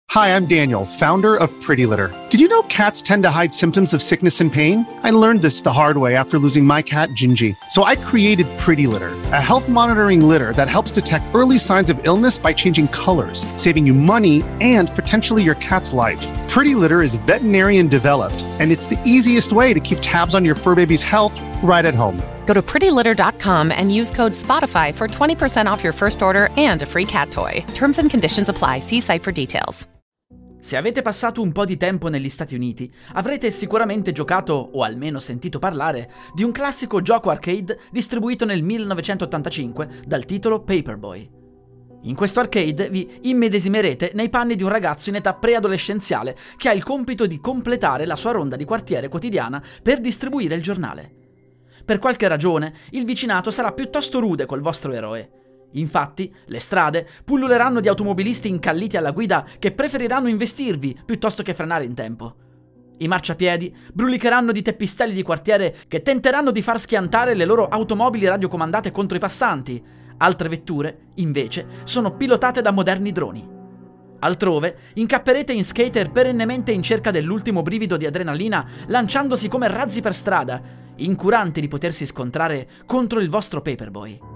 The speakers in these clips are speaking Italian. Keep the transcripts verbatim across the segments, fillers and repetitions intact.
Hi, I'm Daniel, founder of Pretty Litter. Did you know cats tend to hide symptoms of sickness and pain? I learned this the hard way after losing my cat, Gingy. So I created Pretty Litter, a health monitoring litter that helps detect early signs of illness by changing colors, saving you money and potentially your cat's life. Pretty Litter is veterinarian developed, and it's the easiest way to keep tabs on your fur baby's health right at home. Go to pretty litter dot com and use code SPOTIFY for twenty percent off your first order and a free cat toy. Terms and conditions apply. See site for details. Se avete passato un po' di tempo negli Stati Uniti, avrete sicuramente giocato, o almeno sentito parlare, di un classico gioco arcade distribuito nel millenovecentottantacinque dal titolo Paperboy. In questo arcade vi immedesimerete nei panni di un ragazzo in età preadolescenziale che ha il compito di completare la sua ronda di quartiere quotidiana per distribuire il giornale. Per qualche ragione, il vicinato sarà piuttosto rude col vostro eroe. Infatti, le strade pulluleranno di automobilisti incalliti alla guida che preferiranno investirvi piuttosto che frenare in tempo. I marciapiedi brulicheranno di teppistelli di quartiere che tenteranno di far schiantare le loro automobili radiocomandate contro i passanti. Altre vetture, invece, sono pilotate da moderni droni. Altrove, incapperete in skater perennemente in cerca dell'ultimo brivido di adrenalina, lanciandosi come razzi per strada, incuranti di potersi scontrare contro il vostro Paperboy.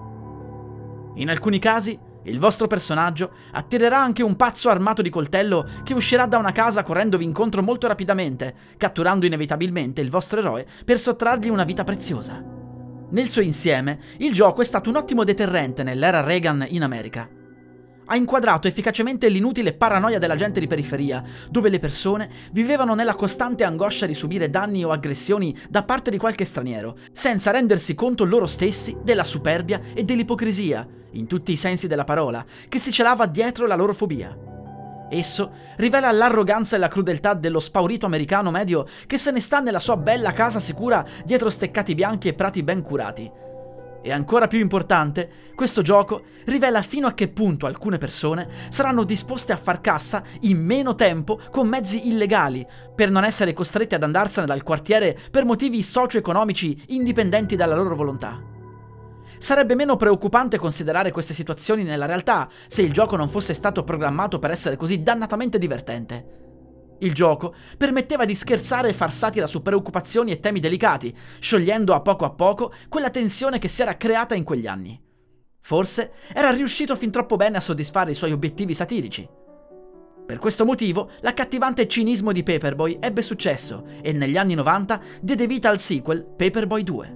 In alcuni casi, il vostro personaggio attirerà anche un pazzo armato di coltello che uscirà da una casa correndovi incontro molto rapidamente, catturando inevitabilmente il vostro eroe per sottrargli una vita preziosa. Nel suo insieme, il gioco è stato un ottimo deterrente nell'era Reagan in America. Ha inquadrato efficacemente l'inutile paranoia della gente di periferia, dove le persone vivevano nella costante angoscia di subire danni o aggressioni da parte di qualche straniero, senza rendersi conto loro stessi della superbia e dell'ipocrisia, in tutti i sensi della parola, che si celava dietro la loro fobia. Esso rivela l'arroganza e la crudeltà dello spaurito americano medio che se ne sta nella sua bella casa sicura dietro steccati bianchi e prati ben curati. E ancora più importante, questo gioco rivela fino a che punto alcune persone saranno disposte a far cassa in meno tempo con mezzi illegali, per non essere costrette ad andarsene dal quartiere per motivi socio-economici indipendenti dalla loro volontà. Sarebbe meno preoccupante considerare queste situazioni nella realtà se il gioco non fosse stato programmato per essere così dannatamente divertente. Il gioco permetteva di scherzare e far satira su preoccupazioni e temi delicati, sciogliendo a poco a poco quella tensione che si era creata in quegli anni. Forse era riuscito fin troppo bene a soddisfare i suoi obiettivi satirici. Per questo motivo, l'accattivante cinismo di Paperboy ebbe successo e negli anni novanta diede vita al sequel Paperboy due.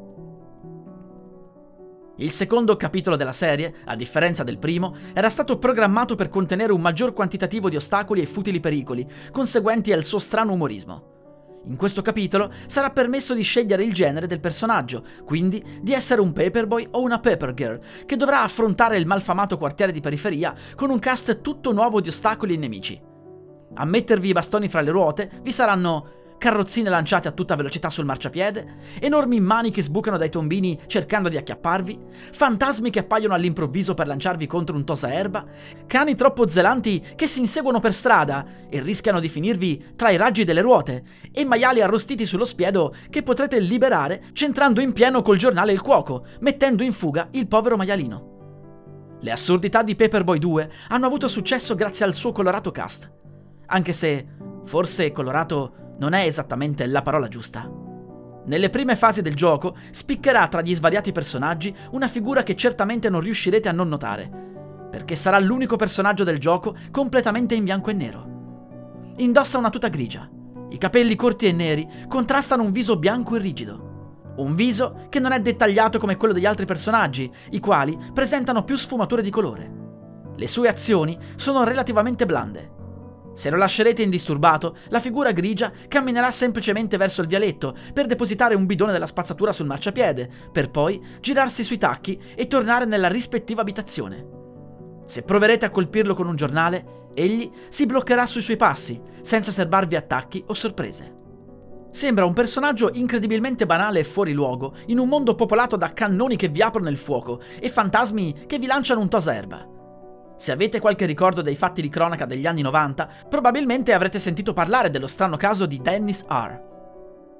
Il secondo capitolo della serie, a differenza del primo, era stato programmato per contenere un maggior quantitativo di ostacoli e futili pericoli, conseguenti al suo strano umorismo. In questo capitolo sarà permesso di scegliere il genere del personaggio, quindi di essere un Paperboy o una Papergirl, che dovrà affrontare il malfamato quartiere di periferia con un cast tutto nuovo di ostacoli e nemici. A mettervi i bastoni fra le ruote vi saranno carrozzine lanciate a tutta velocità sul marciapiede, enormi mani che sbucano dai tombini cercando di acchiapparvi, fantasmi che appaiono all'improvviso per lanciarvi contro un tosaerba, cani troppo zelanti che si inseguono per strada e rischiano di finirvi tra i raggi delle ruote, e maiali arrostiti sullo spiedo che potrete liberare centrando in pieno col giornale il cuoco, mettendo in fuga il povero maialino. Le assurdità di Paperboy due hanno avuto successo grazie al suo colorato cast, anche se forse colorato non è esattamente la parola giusta. Nelle prime fasi del gioco spiccherà tra gli svariati personaggi una figura che certamente non riuscirete a non notare, perché sarà l'unico personaggio del gioco completamente in bianco e nero. Indossa una tuta grigia, i capelli corti e neri contrastano un viso bianco e rigido. Un viso che non è dettagliato come quello degli altri personaggi, i quali presentano più sfumature di colore. Le sue azioni sono relativamente blande. Se lo lascerete indisturbato, la figura grigia camminerà semplicemente verso il vialetto per depositare un bidone della spazzatura sul marciapiede, per poi girarsi sui tacchi e tornare nella rispettiva abitazione. Se proverete a colpirlo con un giornale, egli si bloccherà sui suoi passi, senza serbarvi attacchi o sorprese. Sembra un personaggio incredibilmente banale e fuori luogo, in un mondo popolato da cannoni che vi aprono il fuoco e fantasmi che vi lanciano un tosaerba. Se avete qualche ricordo dei fatti di cronaca degli anni novanta, probabilmente avrete sentito parlare dello strano caso di Dennis R.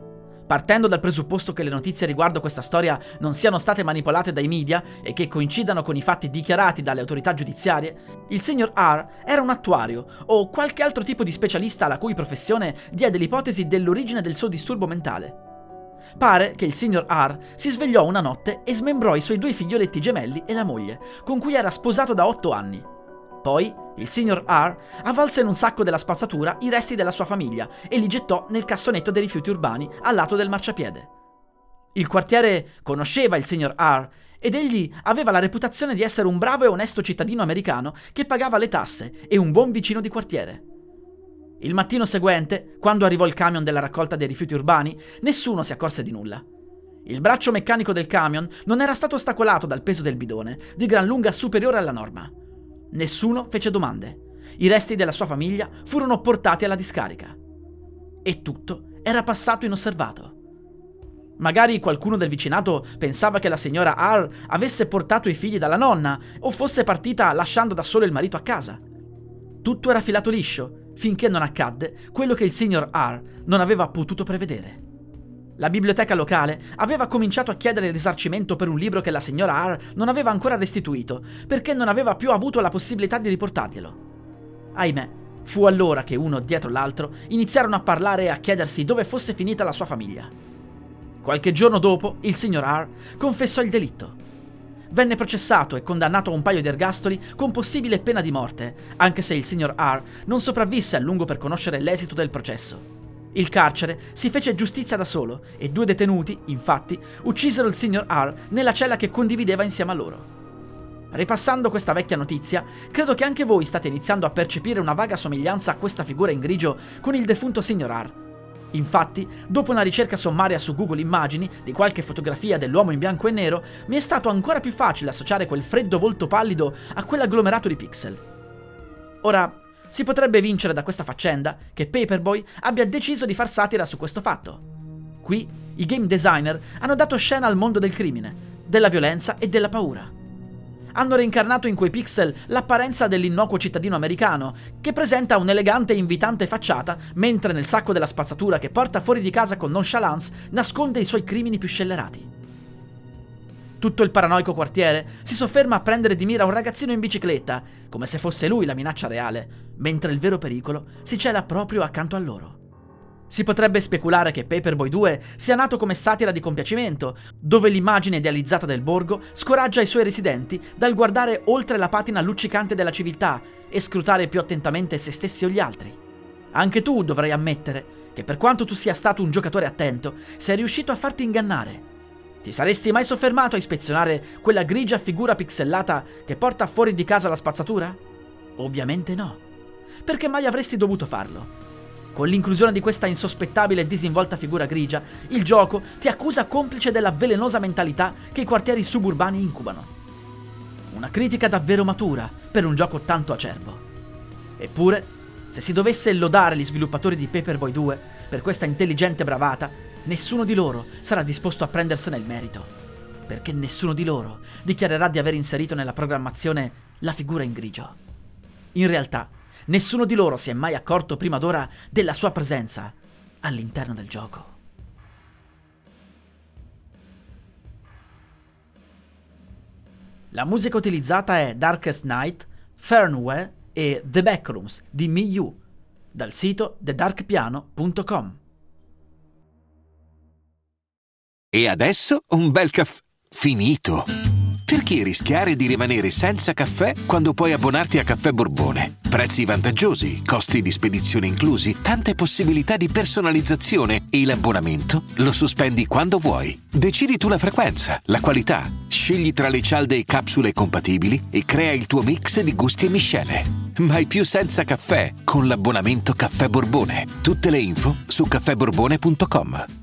Partendo dal presupposto che le notizie riguardo questa storia non siano state manipolate dai media e che coincidano con i fatti dichiarati dalle autorità giudiziarie, il signor R era un attuario o qualche altro tipo di specialista la cui professione diede l'ipotesi dell'origine del suo disturbo mentale. Pare che il signor R si svegliò una notte e smembrò i suoi due figlioletti gemelli e la moglie, con cui era sposato da otto anni. Poi il signor R avvalse in un sacco della spazzatura i resti della sua famiglia e li gettò nel cassonetto dei rifiuti urbani al lato del marciapiede. Il quartiere conosceva il signor R ed egli aveva la reputazione di essere un bravo e onesto cittadino americano che pagava le tasse e un buon vicino di quartiere. Il mattino seguente, quando arrivò il camion della raccolta dei rifiuti urbani, nessuno si accorse di nulla. Il braccio meccanico del camion non era stato ostacolato dal peso del bidone, di gran lunga superiore alla norma. Nessuno fece domande. I resti della sua famiglia furono portati alla discarica. E tutto era passato inosservato. Magari qualcuno del vicinato pensava che la signora R avesse portato i figli dalla nonna o fosse partita lasciando da solo il marito a casa. Tutto era filato liscio, finché non accadde quello che il signor R non aveva potuto prevedere. La biblioteca locale aveva cominciato a chiedere il risarcimento per un libro che la signora R non aveva ancora restituito, perché non aveva più avuto la possibilità di riportarglielo. Ahimè, fu allora che uno dietro l'altro iniziarono a parlare e a chiedersi dove fosse finita la sua famiglia. Qualche giorno dopo, il signor R confessò il delitto. Venne processato e condannato a un paio di ergastoli con possibile pena di morte, anche se il signor R non sopravvisse a lungo per conoscere l'esito del processo. Il carcere si fece giustizia da solo e due detenuti, infatti, uccisero il signor R nella cella che condivideva insieme a loro. Ripassando questa vecchia notizia, credo che anche voi state iniziando a percepire una vaga somiglianza a questa figura in grigio con il defunto signor R. Infatti, dopo una ricerca sommaria su Google Immagini di qualche fotografia dell'uomo in bianco e nero, mi è stato ancora più facile associare quel freddo volto pallido a quell'agglomerato di pixel. Ora, si potrebbe vincere da questa faccenda che Paperboy abbia deciso di far satira su questo fatto. Qui i game designer hanno dato scena al mondo del crimine, della violenza e della paura. Hanno reincarnato in quei pixel l'apparenza dell'innocuo cittadino americano che presenta un'elegante e invitante facciata, mentre nel sacco della spazzatura che porta fuori di casa con nonchalance nasconde i suoi crimini più scellerati. Tutto il paranoico quartiere si sofferma a prendere di mira un ragazzino in bicicletta, come se fosse lui la minaccia reale, mentre il vero pericolo si cela proprio accanto a loro. Si potrebbe speculare che Paperboy due sia nato come satira di compiacimento, dove l'immagine idealizzata del borgo scoraggia i suoi residenti dal guardare oltre la patina luccicante della civiltà e scrutare più attentamente se stessi o gli altri. Anche tu dovrai ammettere che per quanto tu sia stato un giocatore attento, sei riuscito a farti ingannare. Ti saresti mai soffermato a ispezionare quella grigia figura pixellata che porta fuori di casa la spazzatura? Ovviamente no. Perché mai avresti dovuto farlo? Con l'inclusione di questa insospettabile e disinvolta figura grigia, il gioco ti accusa complice della velenosa mentalità che i quartieri suburbani incubano. Una critica davvero matura per un gioco tanto acerbo. Eppure, se si dovesse lodare gli sviluppatori di Paperboy due per questa intelligente bravata, nessuno di loro sarà disposto a prendersene il merito, perché nessuno di loro dichiarerà di aver inserito nella programmazione la figura in grigio. In realtà, nessuno di loro si è mai accorto prima d'ora della sua presenza all'interno del gioco. La musica utilizzata è Darkest Night, Fernweh e The Backrooms di Miyu, dal sito the dark piano punto com. E adesso un bel caffè finito. Perché rischiare di rimanere senza caffè quando puoi abbonarti a Caffè Borbone? Prezzi vantaggiosi, costi di spedizione inclusi, tante possibilità di personalizzazione e l'abbonamento lo sospendi quando vuoi. Decidi tu la frequenza, la qualità, scegli tra le cialde e capsule compatibili e crea il tuo mix di gusti e miscele. Mai più senza caffè con l'abbonamento Caffè Borbone. Tutte le info su caffè borbone punto com.